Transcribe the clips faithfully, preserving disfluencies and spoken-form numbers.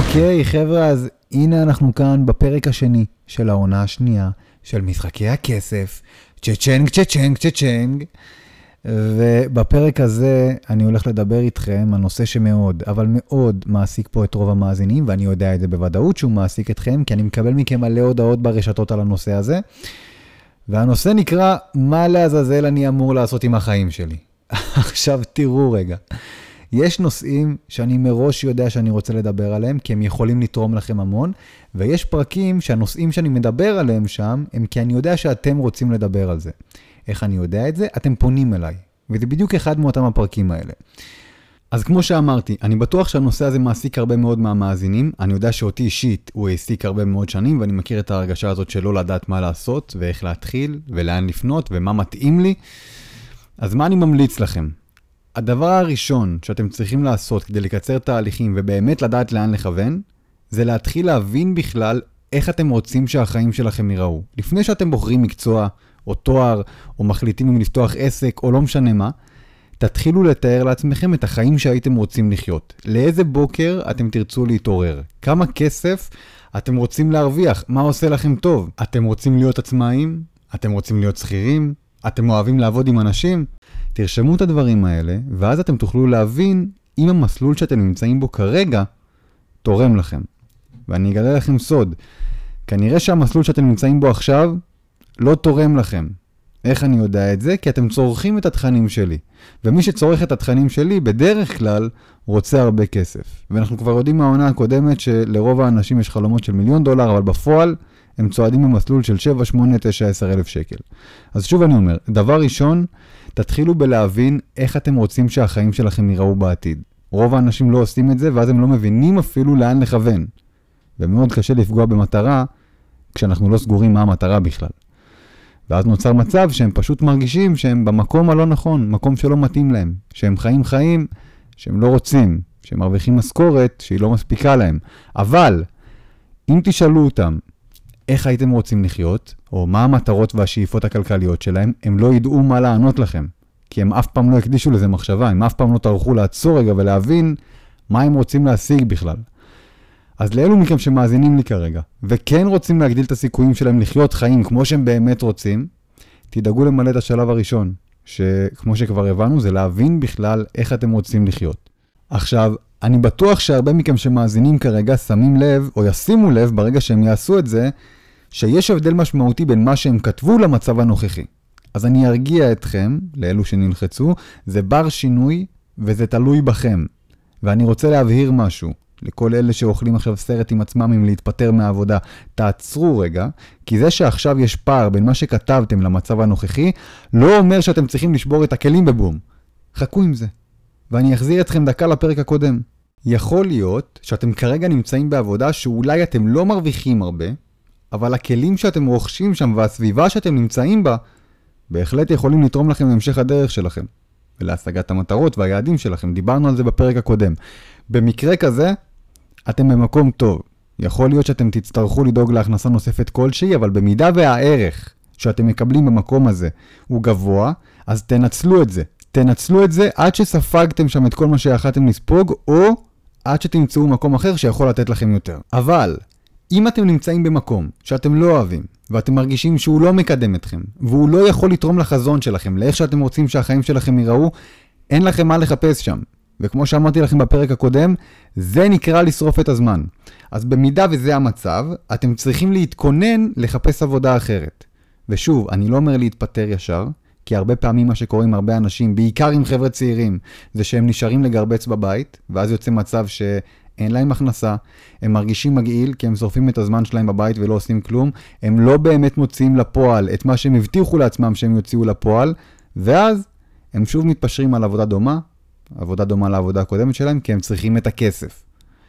אוקיי, חבר'ה, אז הנה אנחנו כאן בפרק השני של העונה השנייה של משחקי הכסף. צ'צ'נג, צ'צ'נג, צ'צ'נג. ובפרק הזה אני הולך לדבר איתכם על נושא שמאוד, אבל מאוד מעסיק פה את רוב המאזינים, ואני יודע את זה בוודאות שהוא מעסיק אתכם, כי אני מקבל מכם מלא הודעות ברשתות על הנושא הזה. והנושא נקרא, מה לעזאזל אני אמור לעשות עם החיים שלי? עכשיו תראו רגע. יש נושאים שאני מראש יודע שאני רוצה לדבר עליהם, כי הם יכולים לתרום לכם המון, ויש פרקים שהנושאים שאני מדבר עליהם שם, הם כי אני יודע שאתם רוצים לדבר על זה. איך אני יודע את זה? אתם פונים אליי, וזה בדיוק אחד מאותם הפרקים האלה. אז כמו שאמרתי, אני בטוח שהנושא הזה מעסיק הרבה מאוד מהמאזינים, אני יודע שאותי אישית הוא העסיק הרבה מאוד שנים, ואני מכיר את ההרגשה הזאת שלא לדעת מה לעשות, ואיך להתחיל, ולאן לפנות, ומה מתאים לי. אז מה אני ממליץ לכם? הדבר הראשון שאתם צריכים לעשות כדי לקצר תהליכים ובאמת לדעת לאן לכוון, זה להתחיל להבין בכלל איך אתם רוצים שהחיים שלכם ייראו. לפני שאתם בוחרים מקצוע או תואר או מחליטים אם לפתוח עסק או לא משנה מה, תתחילו לתאר לעצמכם את החיים שהייתם רוצים לחיות. לאיזה בוקר אתם תרצו להתעורר? כמה כסף אתם רוצים להרוויח? מה עושה לכם טוב? אתם רוצים להיות עצמאים? אתם רוצים להיות שכירים? אתם אוהבים לעבוד עם אנשים? תרשמו את הדברים האלה, ואז אתם תוכלו להבין אם המסלול שאתם נמצאים בו כרגע תורם לכם. ואני אגלה לכם סוד. כנראה שהמסלול שאתם נמצאים בו עכשיו לא תורם לכם. איך אני יודע את זה? כי אתם צורכים את התכנים שלי. ומי שצורך את התכנים שלי בדרך כלל רוצה הרבה כסף. ואנחנו כבר יודעים מהעונה הקודמת שלרוב האנשים יש חלומות של מיליון דולר, אבל בפועל הם צועדים במסלול של שבע, שמונה, תשע, עשר אלף שקל. אז שוב אני אומר, דבר ראשון, תתחילו בלהבין איך אתם רוצים שהחיים שלכם ייראו בעתיד. רוב האנשים לא עושים את זה, ואז הם לא מבינים אפילו לאן לכוון. ומאוד קשה לפגוע במטרה, כשאנחנו לא סגורים מה המטרה בכלל. ואז נוצר מצב שהם פשוט מרגישים שהם במקום הלא נכון, מקום שלא מתאים להם, שהם חיים חיים שהם לא רוצים, שהם מרוויחים משכורת שהיא לא מספיקה להם. אבל, אם תשאלו אותם, איך הייתם רוצים לחיות, או מה המטרות והשאיפות הכלכליות שלהם, הם לא ידעו מה לענות לכם. כי הם אף פעם לא הקדישו לזה מחשבה, הם אף פעם לא טרחו לעצור רגע ולהבין מה הם רוצים להשיג בכלל. אז לאלו מכם שמאזינים לי כרגע, וכן רוצים להגדיל את הסיכויים שלהם לחיות חיים כמו שהם באמת רוצים, תדאגו למלא את השלב הראשון, שכמו שכבר הבנו, זה להבין בכלל איך אתם רוצים לחיות. עכשיו, אני בטוח שהרבה מכם שמאזינים כרגע שמים לב, או ישימו לב ברגע שהם יעשו את זה, שיש הבדל משמעותי בין מה שהם כתבו למצב הנוכחי. אז אני ארגיע אתכם, לאלו שנלחצו, זה בר שינוי וזה תלוי בכם. ואני רוצה להבהיר משהו, לכל אלה שאוכלים עכשיו סרט עם עצמם אם להתפטר מהעבודה, תעצרו רגע, כי זה שעכשיו יש פער בין מה שכתבתם למצב הנוכחי, לא אומר שאתם צריכים לשבור את הכלים בבום. חכו עם זה. ואני אחזיר אתכם דקה לפרק הקודם. יכול להיות שאתם כרגע נמצאים בעבודה שאולי אתם לא מרוויחים הרבה, אבל הכלים שאתם רוכשים שם והסביבה שאתם נמצאים בה, בהחלט יכולים לתרום לכם להמשך הדרך שלכם, ולהשגת המטרות והיעדים שלכם. דיברנו על זה בפרק הקודם. במקרה כזה, אתם במקום טוב. יכול להיות שאתם תצטרכו לדאוג להכנסה נוספת כלשהי, אבל במידה והערך שאתם מקבלים במקום הזה הוא גבוה, אז תנצלו את זה. תנצלו את זה עד שספגתם שם את כל מה שיכלתם לספוג, או עד שתמצאו מקום אחר שיכול לתת לכם יותר. אבל, אם אתם נמצאים במקום שאתם לא אוהבים, ואתם מרגישים שהוא לא מקדם אתכם, והוא לא יכול לתרום לחזון שלכם, לאיך שאתם רוצים שהחיים שלכם ייראו, אין לכם מה לחפש שם. וכמו שאמרתי לכם בפרק הקודם, זה נקרא לשרוף את הזמן. אז במידה וזה המצב, אתם צריכים להתכונן לחפש עבודה אחרת. ושוב, אני לא אומר להתפטר ישר, כי הרבה פעמים מה שקורה עם הרבה אנשים, בעיקר עם חבר'ה צעירים, זה שהם נשארים לגרבץ בבית, ואז יוצא מצב שאין להם הכנסה, הם מרגישים מגעיל, כי הם שורפים את הזמן שלהם בבית ולא עושים כלום, הם לא באמת מוציאים לפועל את מה שהם הבטיחו לעצמם שהם יוציאו לפועל, ואז הם שוב מתפשרים על עבודה דומה, עבודה דומה לעבודה הקודמת שלהם, כי הם צריכים את הכסף.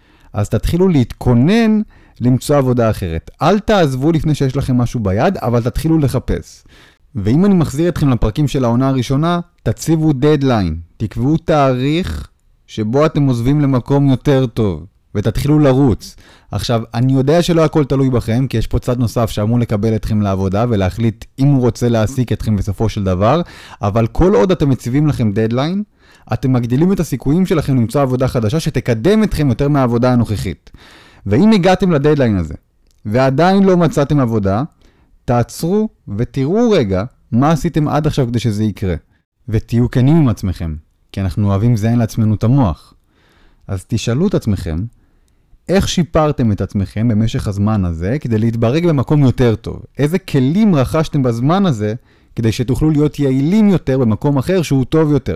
אז תתחילו להתכונן למצוא עבודה אחרת. אל תעזבו לפני שיש לכם משהו ביד, אבל תתחילו לחפש. ואם אני מחזיר אתכם לפרקים של העונה הראשונה, תציבו דדליין. תקבעו תאריך שבו אתם עוזבים למקום יותר טוב, ותתחילו לרוץ. עכשיו, אני יודע שלא הכל תלוי בכם, כי יש פה צד נוסף שאמור לקבל אתכם לעבודה, ולהחליט אם הוא רוצה להעסיק אתכם בסופו של דבר, אבל כל עוד אתם מציבים לכם דדליין, אתם מגדילים את הסיכויים שלכם למצוא עבודה חדשה שתקדם אתכם יותר מהעבודה הנוכחית. ואם הגעתם לדדליין הזה, ועדיין לא מצאתם עבודה, תעצרו ותראו רגע מה עשיתם עד עכשיו כדי שזה יקרה. ותהיו כנים עם עצמכם, כי אנחנו אוהבים זיין לעצמנו את המוח. אז תשאלו את עצמכם, איך שיפרתם את עצמכם במשך הזמן הזה כדי להתברג במקום יותר טוב? איזה כלים רכשתם בזמן הזה כדי שתוכלו להיות יעילים יותר במקום אחר שהוא טוב יותר?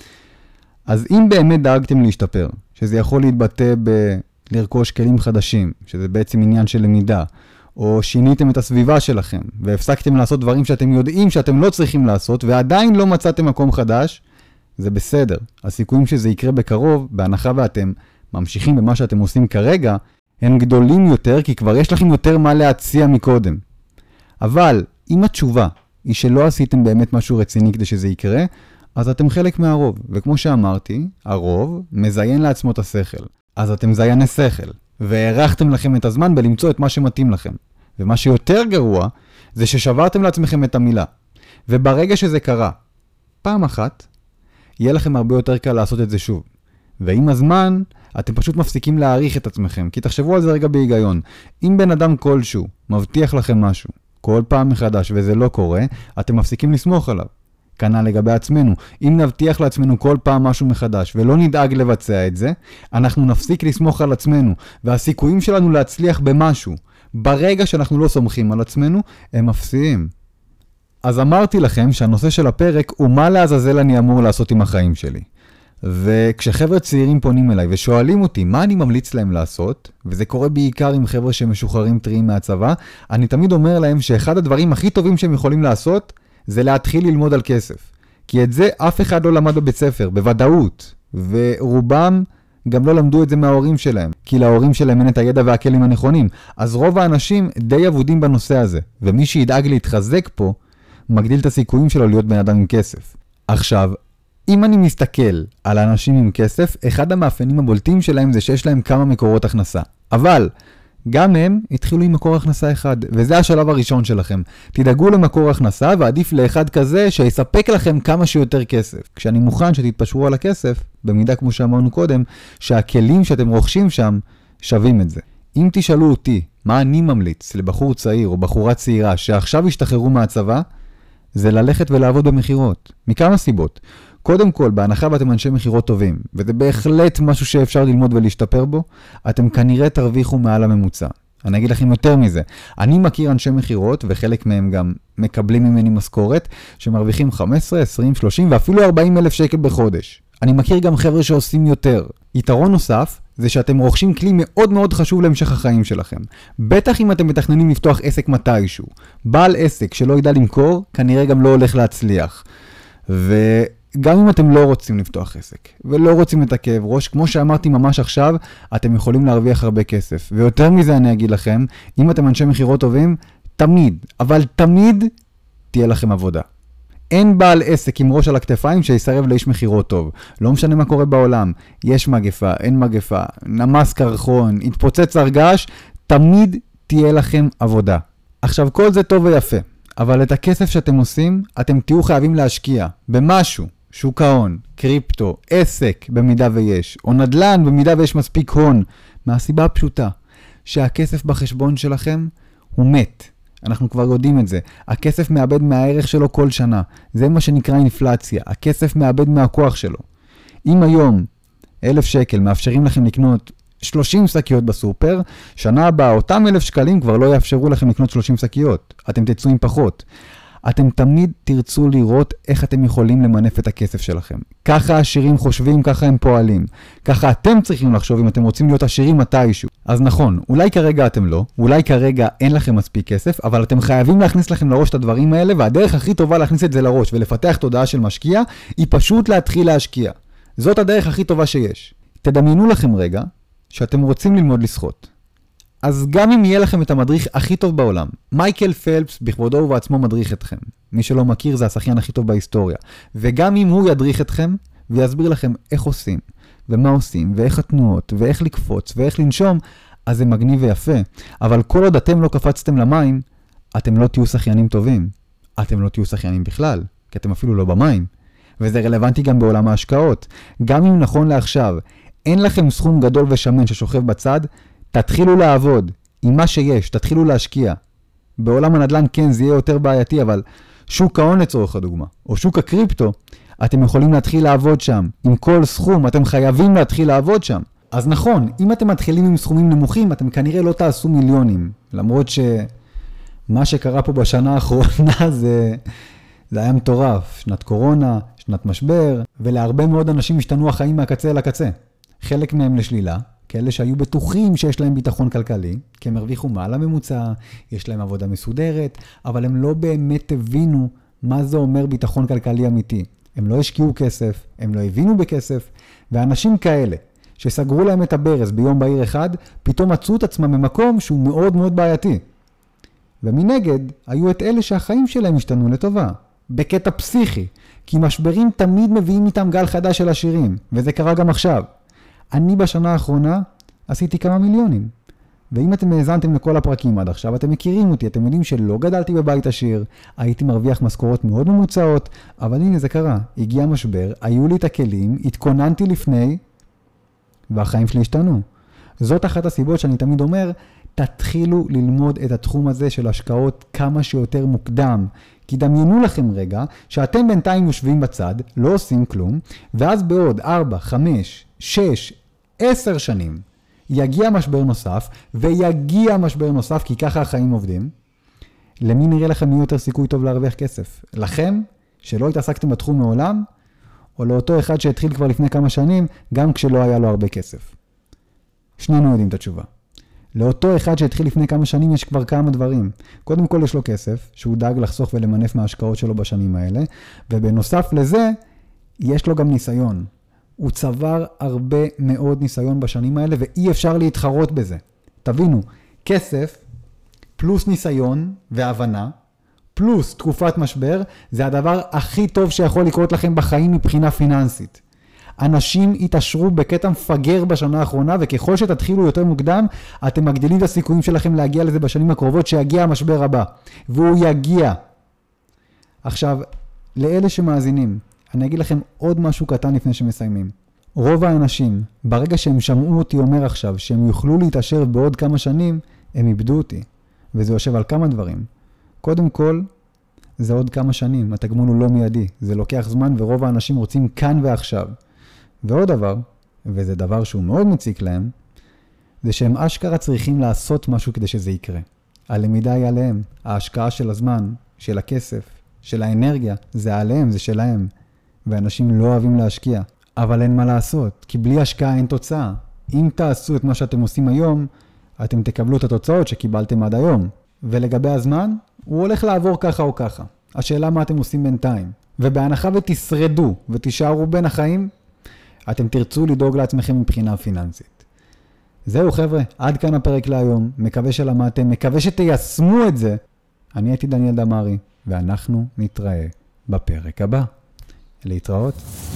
אז אם באמת דאגתם להשתפר, שזה יכול להתבטא בלרכוש כלים חדשים, שזה בעצם עניין של למידה, או שיניתם את הסביבה שלכם, והפסקתם לעשות דברים שאתם יודעים שאתם לא צריכים לעשות, ועדיין לא מצאתם מקום חדש, זה בסדר. הסיכויים שזה יקרה בקרוב, בהנחה ואתם ממשיכים במה שאתם עושים כרגע, הם גדולים יותר, כי כבר יש לכם יותר מה להציע מקודם. אבל אם התשובה היא שלא עשיתם באמת משהו רציני כדי שזה יקרה, אז אתם חלק מהרוב. וכמו שאמרתי, הרוב מזיין לעצמו את השכל. אז אתם זייני שכל, והערכתם לכם את הזמן בלמצוא את מה שמתאים לכם. ומה שיותר גרוע, זה ששברתם לעצמכם את המילה. וברגע שזה קרה, פעם אחת, יהיה לכם הרבה יותר קל לעשות את זה שוב. ועם הזמן, אתם פשוט מפסיקים להעריך את עצמכם. כי תחשבו על זה רגע בהיגיון. אם בן אדם כלשהו מבטיח לכם משהו, כל פעם מחדש וזה לא קורה, אתם מפסיקים לסמוך עליו. כנ"ל לגבי עצמנו. אם נבטיח לעצמנו כל פעם משהו מחדש ולא נדאג לבצע את זה, אנחנו נפסיק לסמוך על עצמנו. והסיכויים שלנו להצליח במשהו, ברגע שאנחנו לא סומכים על עצמנו, הם אפסיים. אז אמרתי לכם שהנושא של הפרק הוא מה לעזאזל אני אמור לעשות עם החיים שלי. וכשחבר'ה צעירים פונים אליי ושואלים אותי מה אני ממליץ להם לעשות, וזה קורה בעיקר עם חבר'ה שמשוחררים טריים מהצבא, אני תמיד אומר להם שאחד הדברים הכי טובים שהם יכולים לעשות, זה להתחיל ללמוד על כסף. כי את זה אף אחד לא למד בבית ספר, בוודאות. ורובם גם לא למדו את זה מההורים שלהם, כי להורים שלהם אין את הידע והכלים הנכונים. אז רוב האנשים די עבודים בנושא הזה, ומי שידאג להתחזק פה, מגדיל את הסיכויים שלו להיות בן אדם עם כסף. עכשיו, אם אני מסתכל על האנשים עם כסף, אחד המאפיינים הבולטים שלהם זה שיש להם כמה מקורות הכנסה. אבל גם הם התחילו עם מקור הכנסה אחד, וזה השלב הראשון שלכם. תדאגו למקור הכנסה, ועדיף לאחד כזה שיספק לכם כמה שיותר כסף. כשאני מוכן שתתפשרו על הכסף, במידה כמו שאמרנו קודם, שהכלים שאתם רוכשים שם שווים את זה. אם תשאלו אותי מה אני ממליץ לבחור צעיר או בחורה צעירה שעכשיו השתחררו מהצבא, זה ללכת ולעבוד במחירות. מכמה סיבות. קודם כל, בהנחה ואתם אנשי מחירות טובים, וזה בהחלט משהו שאפשר ללמוד ולהשתפר בו, אתם כנראה תרוויחו מעל הממוצע. אני אגיד לכם יותר מזה. אני מכיר אנשי מחירות, וחלק מהם גם מקבלים ממני משכורת, שמרוויחים חמש עשרה, עשרים, שלושים ואפילו ארבעים אלף שקל בחודש. אני מכיר גם חבר'ה שעושים יותר. יתרון נוסף, זה שאתם רוכשים כלי מאוד מאוד חשוב להמשך החיים שלכם. בטח אם אתם מתכננים לפתוח עסק מתישהו. בעל עסק שלא ידע למכור, כנראה גם לא הולך להצליח. וגם אם אתם לא רוצים לפתוח עסק, ולא רוצים את הכאב ראש, כמו שאמרתי ממש עכשיו, אתם יכולים להרוויח הרבה כסף. ויותר מזה אני אגיד לכם, אם אתם אנשי מחירות טובים, תמיד, אבל תמיד תהיה לכם עבודה. אין בעל עסק עם ראש על הכתפיים שיסרב לאיש מחירות טוב. לא משנה מה קורה בעולם. יש מגפה, אין מגפה, נמס קרחון, התפוצץ הרגש, תמיד תהיה לכם עבודה. עכשיו כל זה טוב ויפה, אבל את הכסף שאתם עושים, אתם תהיו חייבים להשקיע במשהו, שוק ההון, קריפטו, עסק במידה ויש, או נדל"ן במידה ויש מספיק הון, מהסיבה הפשוטה, שהכסף בחשבון שלכם הוא מת. אנחנו כבר יודעים את זה. הכסף מאבד מהערך שלו כל שנה. זה מה שנקרא אינפלציה. הכסף מאבד מהכוח שלו. אם היום אלף שקל מאפשרים לכם לקנות שלושים שקיות בסופר, שנה הבאה אותם אלף שקלים כבר לא יאפשרו לכם לקנות שלושים שקיות. אתם תצאו עם פחות. אתם תמיד תרצו לראות איך אתם יכולים למנף את הכסף שלכם. ככה העשירים חושבים, ככה הם פועלים. ככה אתם צריכים לחשוב אם אתם רוצים להיות עשירים מתישהו. אז נכון, אולי כרגע אתם לא, אולי כרגע אין לכם מספיק כסף, אבל אתם חייבים להכניס לכם לראש את הדברים האלה, והדרך הכי טובה להכניס את זה לראש ולפתח תודעה של משקיע, היא פשוט להתחיל להשקיע. זאת הדרך הכי טובה שיש. תדמיינו לכם רגע שאתם רוצים ללמוד לשחות. אז גם אם יהיה לכם את המדריך הכי טוב בעולם, מייקל פלפס בכבודו ובעצמו מדריך אתכם. מי שלא מכיר זה השחיין הכי טוב בהיסטוריה. וגם אם הוא ידריך אתכם ויסביר לכם איך עושים, ומה עושים, ואיך התנועות, ואיך לקפוץ, ואיך לנשום, אז זה מגניב ויפה. אבל כל עוד אתם לא קפצתם למים, אתם לא תהיו שחיינים טובים. אתם לא תהיו שחיינים בכלל, כי אתם אפילו לא במים. וזה רלוונטי גם בעולם ההשקעות. גם אם נכון לעכשיו, אין לכם סכום גדול ושמן ששוכב בצד, תתחילו לעבוד עם מה שיש, תתחילו להשקיע. בעולם הנדל"ן כן זה יהיה יותר בעייתי, אבל שוק ההון לצורך הדוגמה, או שוק הקריפטו, אתם יכולים להתחיל לעבוד שם. עם כל סכום, אתם חייבים להתחיל לעבוד שם. אז נכון, אם אתם מתחילים עם סכומים נמוכים, אתם כנראה לא תעשו מיליונים. למרות שמה שקרה פה בשנה האחרונה זה, זה היה מטורף. שנת קורונה, שנת משבר, ולהרבה מאוד אנשים השתנו החיים מהקצה אל הקצה. חלק מהם לשלילה, כאלה שהיו בטוחים שיש להם ביטחון כלכלי, כי הם הרוויחו מעל הממוצע, יש להם עבודה מסודרת, אבל הם לא באמת הבינו מה זה אומר ביטחון כלכלי אמיתי. הם לא השקיעו כסף, הם לא הבינו בכסף, ואנשים כאלה שסגרו להם את הברז ביום בהיר אחד, פתאום מצאו את עצמם במקום שהוא מאוד מאוד בעייתי. ומנגד, היו את אלה שהחיים שלהם השתנו לטובה, בקטע פסיכי, כי משברים תמיד מביאים איתם גל חדש של עשירים, וזה קרה גם עכשיו. אני בשנה האחרונה עשיתי כמה מיליונים. ואם אתם האזנתם לכל הפרקים עד עכשיו, אתם מכירים אותי, אתם יודעים שלא גדלתי בבית עשיר, הייתי מרוויח משכורות מאוד ממוצעות, אבל הנה זה קרה, הגיע משבר, היו לי את הכלים, התכוננתי לפני, והחיים שלי השתנו. זאת אחת הסיבות שאני תמיד אומר, תתחילו ללמוד את התחום הזה של השקעות כמה שיותר מוקדם, כי דמיינו לכם רגע שאתם בינתיים יושבים בצד, לא עושים כלום, ואז בעוד ארבע, חמש, שש, עשר שנים, יגיע משבר נוסף, ויגיע משבר נוסף, כי ככה החיים עובדים. למי נראה לכם מי יותר סיכוי טוב להרוויח כסף? לכם, שלא התעסקתם בתחום מעולם, או לאותו אחד שהתחיל כבר לפני כמה שנים, גם כשלא היה לו הרבה כסף? שנינו יודעים את התשובה. לאותו אחד שהתחיל לפני כמה שנים יש כבר כמה דברים. קודם כל יש לו כסף, שהוא דאג לחסוך ולמנף מההשקעות שלו בשנים האלה, ובנוסף לזה, יש לו גם ניסיון. הוא צבר הרבה מאוד ניסיון בשנים האלה, ואי אפשר להתחרות בזה. תבינו, כסף פלוס ניסיון והבנה, פלוס תקופת משבר, זה הדבר הכי טוב שיכול לקרות לכם בחיים מבחינה פיננסית. אנשים יתעשרו בקטע מפגר בשנה האחרונה, וככל שתתחילו יותר מוקדם, אתם מגדילים את הסיכויים שלכם להגיע לזה בשנים הקרובות, שיגיע המשבר הבא. והוא יגיע. עכשיו, לאלה שמאזינים, אני אגיד לכם עוד משהו קטן לפני שמסיימים. רוב האנשים, ברגע שהם שמעו אותי אומר עכשיו, שהם יוכלו להתעשר בעוד כמה שנים, הם איבדו אותי. וזה יושב על כמה דברים. קודם כל, זה עוד כמה שנים. התגמול הוא לא מיידי. זה לוקח זמן, ורוב האנשים רוצים כאן ועכשיו. ועוד דבר, וזה דבר שהוא מאוד מציק להם, זה שהם אשכרה צריכים לעשות משהו כדי שזה יקרה. הלמידה היא עליהם. ההשקעה של הזמן, של הכסף, של האנרגיה, זה עליהם, זה שלהם. ואנשים לא אוהבים להשקיע. אבל אין מה לעשות, כי בלי השקעה אין תוצאה. אם תעשו את מה שאתם עושים היום, אתם תקבלו את התוצאות שקיבלתם עד היום. ולגבי הזמן, הוא הולך לעבור ככה או ככה. השאלה מה אתם עושים בינתיים. ובהנחה ותשרדו ותישארו בין החיים, אתם תרצו לדאוג לעצמכם מבחינה פיננסית. זהו חבר'ה, עד כאן הפרק להיום. מקווה שלמדתם, מקווה שתיישמו את זה. אני הייתי דניאל דמרי, ואנחנו נתראה בפרק הבא. להתראות.